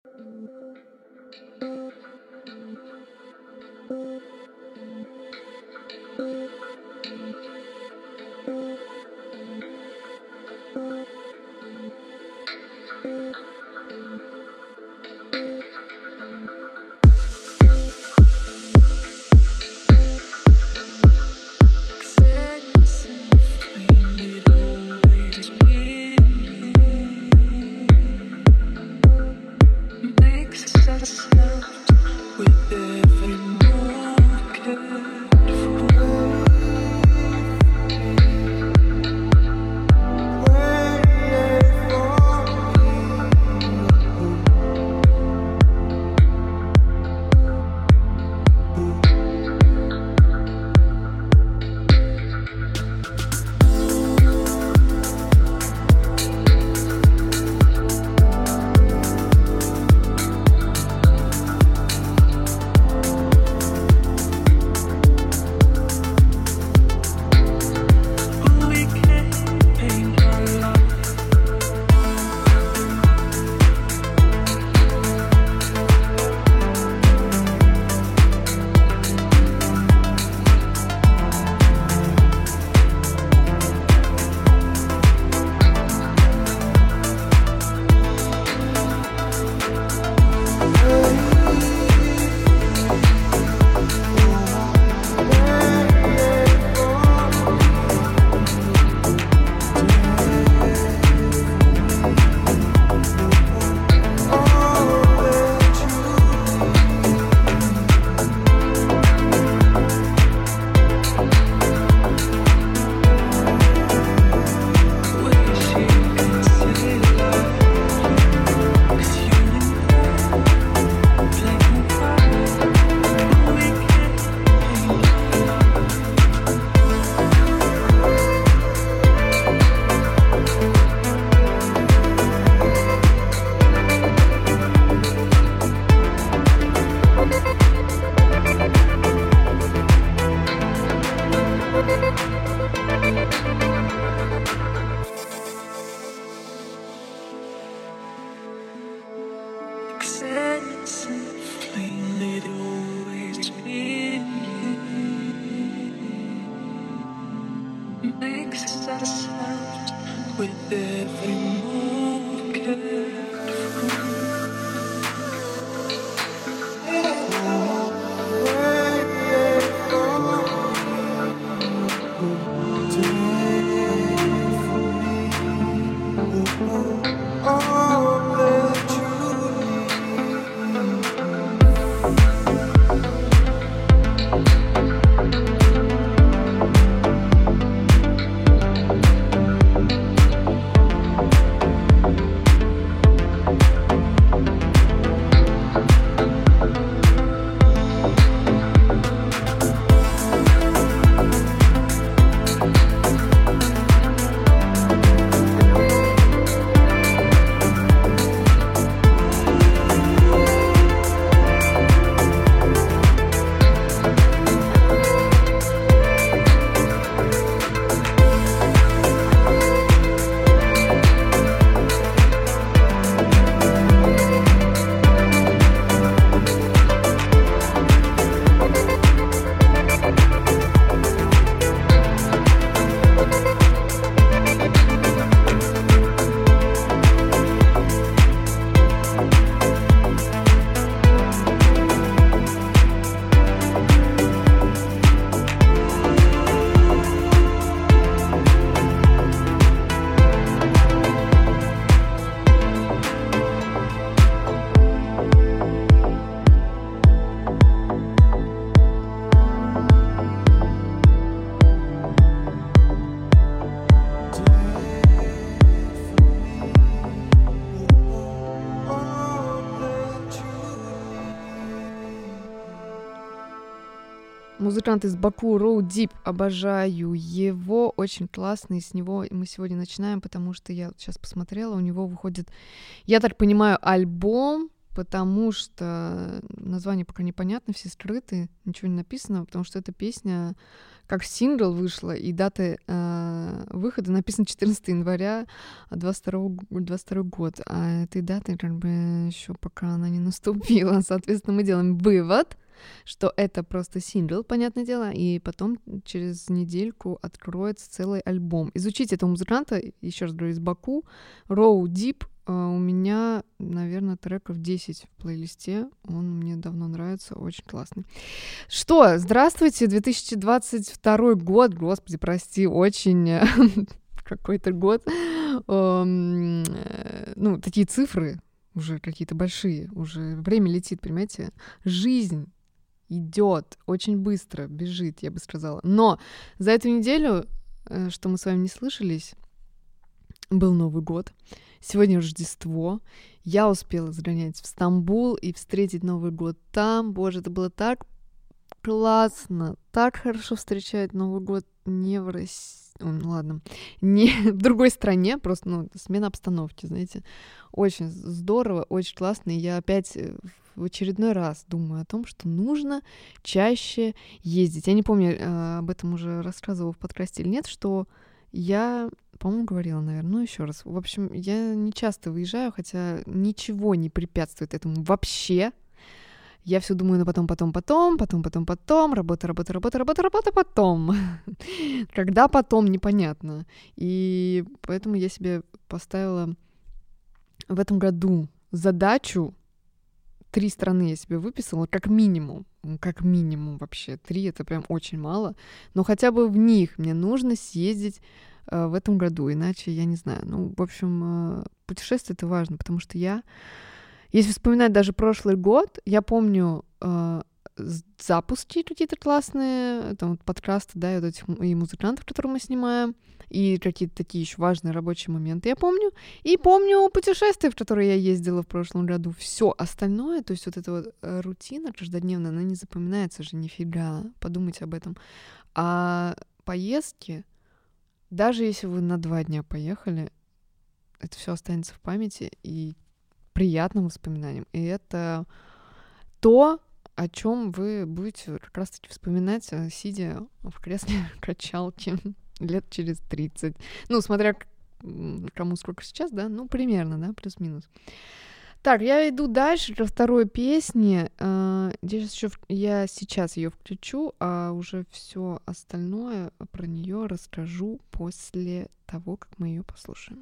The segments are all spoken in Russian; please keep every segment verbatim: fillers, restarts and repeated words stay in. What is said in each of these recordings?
Музыкант из Баку, Road Deep, обожаю его, очень классный, с него мы сегодня начинаем, потому что я сейчас посмотрела, у него выходит, я так понимаю, альбом потому что название пока непонятно, все скрыты, ничего не написано, потому что эта песня как сингл вышла, и дата э, выхода написана четырнадцатого января двадцать второго год, а этой даты как бы еще пока она не наступила. Соответственно, мы делаем вывод, что это просто сингл, понятное дело, и потом через недельку откроется целый альбом. Изучите этого музыканта, еще раз говорю, из Баку, Row Deep. Uh, у меня, наверное, треков десять в плейлисте. Он мне давно нравится, очень классный. Что, здравствуйте, две тысячи двадцать второй год, господи, прости, очень какой-то год. Um, ну, такие цифры уже какие-то большие, уже время летит, понимаете? Жизнь идет очень быстро, бежит, я бы сказала. Но за эту неделю, что мы с вами не слышались, был Новый год. Сегодня Рождество. Я успела сгонять в Стамбул и встретить Новый год там. Боже, это было так классно, так хорошо встречать Новый год не в России. Ой, ну ладно, не в другой стране, просто ну, смена обстановки, знаете. Очень здорово, очень классно. И я опять в очередной раз думаю о том, что нужно чаще ездить. Я не помню, об этом уже рассказывала в подкасте или нет, что я, по-моему, говорила, наверное, ну еще раз. В общем, я не часто выезжаю, хотя ничего не препятствует этому вообще. Я все думаю, ну потом, потом, потом, потом, потом, потом, работа, работа, работа, работа, работа, потом. Когда потом, непонятно. И поэтому я себе поставила в этом году задачу. Три страны я себе выписала, как минимум. Как минимум вообще. Три — это прям очень мало. Но хотя бы в них мне нужно съездить э, в этом году. Иначе я не знаю. Ну, в общем, э, путешествие — это важно, потому что я... Если вспоминать даже прошлый год, я помню э, запуски какие-то классные, там вот подкасты, да, и вот этих и музыкантов, которые мы снимаем, и какие-то такие еще важные рабочие моменты я помню. И помню путешествия, в которые я ездила в прошлом году. Все остальное, то есть вот эта вот рутина каждодневная, она не запоминается же нифига. Подумайте об этом. А поездки, даже если вы на два дня поехали, это все останется в памяти и приятным воспоминанием. И это то, о чем вы будете как раз-таки вспоминать, сидя в кресле качалки лет через тридцать. Ну, смотря кому сколько сейчас, да, ну, примерно, да, плюс-минус. Так, я иду дальше ко второй песне. Здесь еще я сейчас ее включу, а уже все остальное про нее расскажу после того, как мы ее послушаем.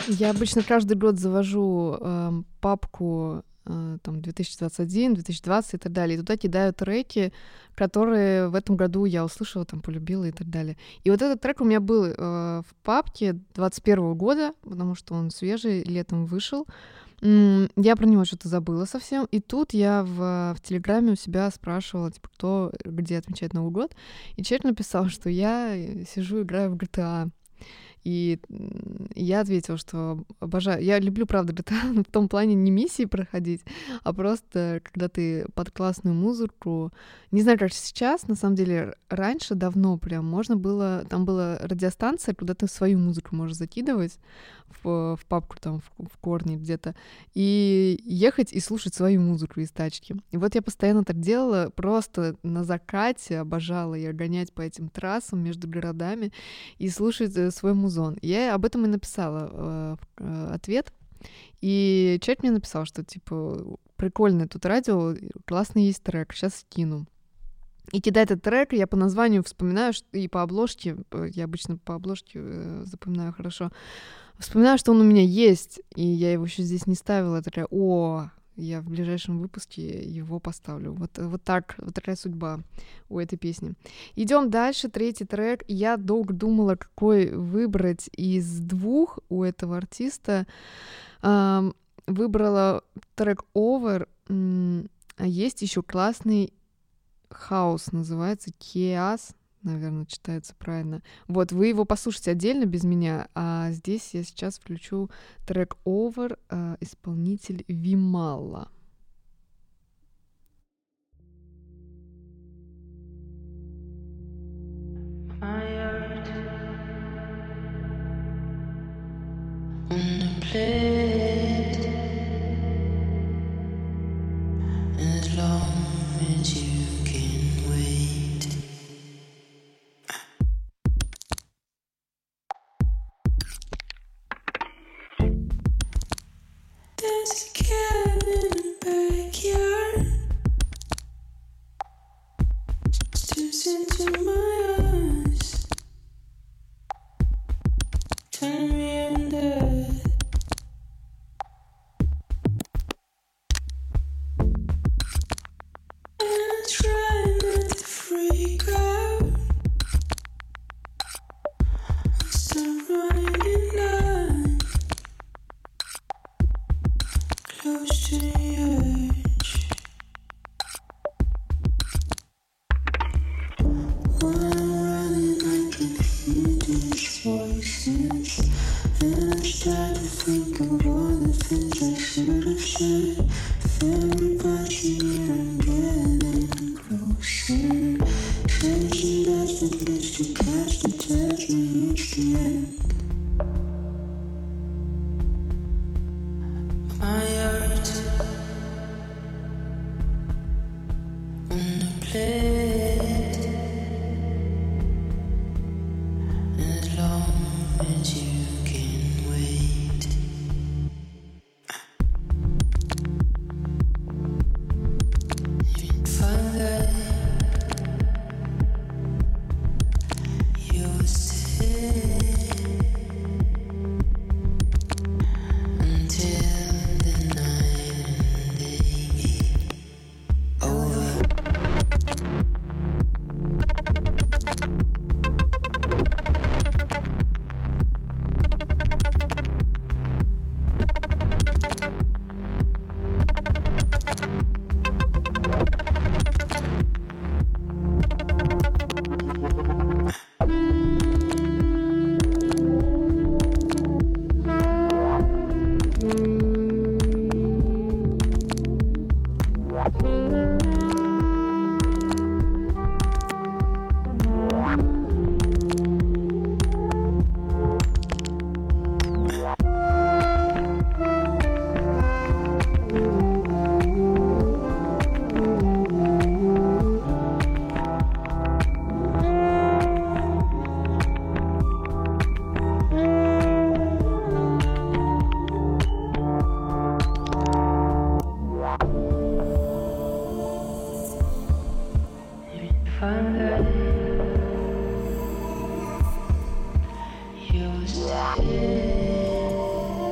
Я обычно каждый год завожу э, папку э, там две тысячи двадцать один, две тысячи двадцать и так далее. И туда кидаю треки, которые в этом году я услышала, там, полюбила и так далее. И вот этот трек у меня был э, в папке двадцать первого года, потому что он свежий, летом вышел. М, Я про него что-то забыла совсем. И тут я в, в Телеграме у себя спрашивала, типа, кто где отмечает Новый год. И человек написал, что я э, сижу, играю в джи ти эй. И м, я ответила, что обожаю. Я люблю, правда, джи ти эй, но в том плане не миссии проходить, а просто когда ты под классную музыку. Не знаю, как сейчас, на самом деле, р- раньше давно прям можно было... Там была радиостанция, куда ты свою музыку можешь закидывать в, в папку там, в, в корне где-то, и ехать и слушать свою музыку из тачки. И вот я постоянно так делала, просто на закате обожала я гонять по этим трассам между городами и слушать э, свой музон. Я об этом и написала э, в- э, ответ. И человек мне написал, что, типа, прикольное тут радио, классный есть трек, сейчас скину. И кидает этот трек, и я по названию вспоминаю, что и по обложке, э, я обычно по обложке э, запоминаю хорошо, вспоминаю, что он у меня есть, и я его еще здесь не ставила. Я такая, о, я в ближайшем выпуске его поставлю. Вот, вот так, вот такая судьба у этой песни. Идем дальше, третий трек. Я долго думала, какой выбрать из двух у этого артиста. Ам, Выбрала трек Over, м, а есть еще классный хаус, называется Chaos, наверное, читается правильно. Вот, вы его послушайте отдельно без меня, а здесь я сейчас включу трек Over, а, исполнитель Вимала. As long as you can wait. There's a cat in the backyard. Stares into my eyes. Turn me under. I try not to freak out. I start running in line, close to the edge. When I'm running, I can hear these voices, and I start to think of all the things I should have said. If everybody here, I'm getting closer. Chasing dust that gets to cast the touch me each the end. My heart on the plate. As long as you can wait. Father, you'll stay until the night and day be over. Father, you'll stay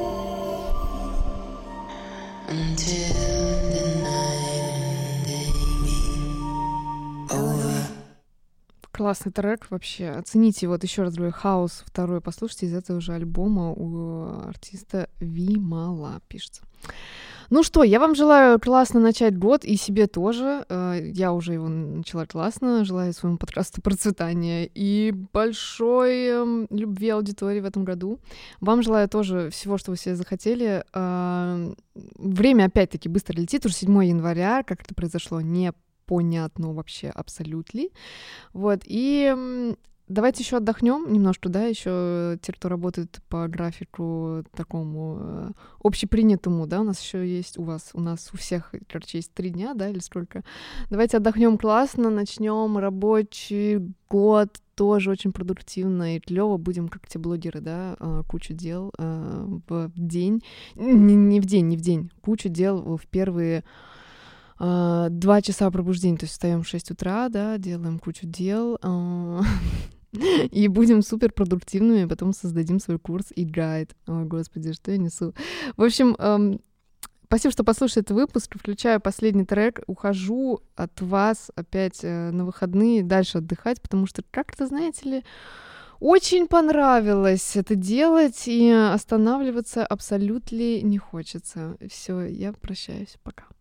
Классный трек вообще. Оцените, вот еще раз говорю, «Хаус» второй послушайте из этого же альбома у артиста Вимала пишется. Ну что, я вам желаю классно начать год, и себе тоже. Я уже его начала классно. Желаю своему подкасту процветания и большой любви аудитории в этом году. Вам желаю тоже всего, что вы себе захотели. Время, опять-таки, быстро летит. Уже седьмого января. Как это произошло, непонятно вообще абсолютно. Вот, и... Давайте еще отдохнем немножко, да, еще те, кто работает по графику такому э, общепринятому, да, у нас еще есть, у вас, у нас у всех, короче, есть три дня, да, или сколько. Давайте отдохнем классно, начнем рабочий год тоже очень продуктивно и клево, будем как те блогеры, да, э, кучу дел э, в день, не, не в день, не в день, кучу дел в первые Uh, два часа пробуждения, то есть встаем в шесть утра, да, делаем кучу дел, uh, и будем супер продуктивными, потом создадим свой курс и гайд. Ой, господи, что я несу. В общем, um, спасибо, что послушали этот выпуск. Включаю последний трек. Ухожу от вас опять uh, на выходные дальше отдыхать, потому что, как-то, знаете ли, очень понравилось это делать, и останавливаться абсолютно не хочется. Все, я прощаюсь. Пока.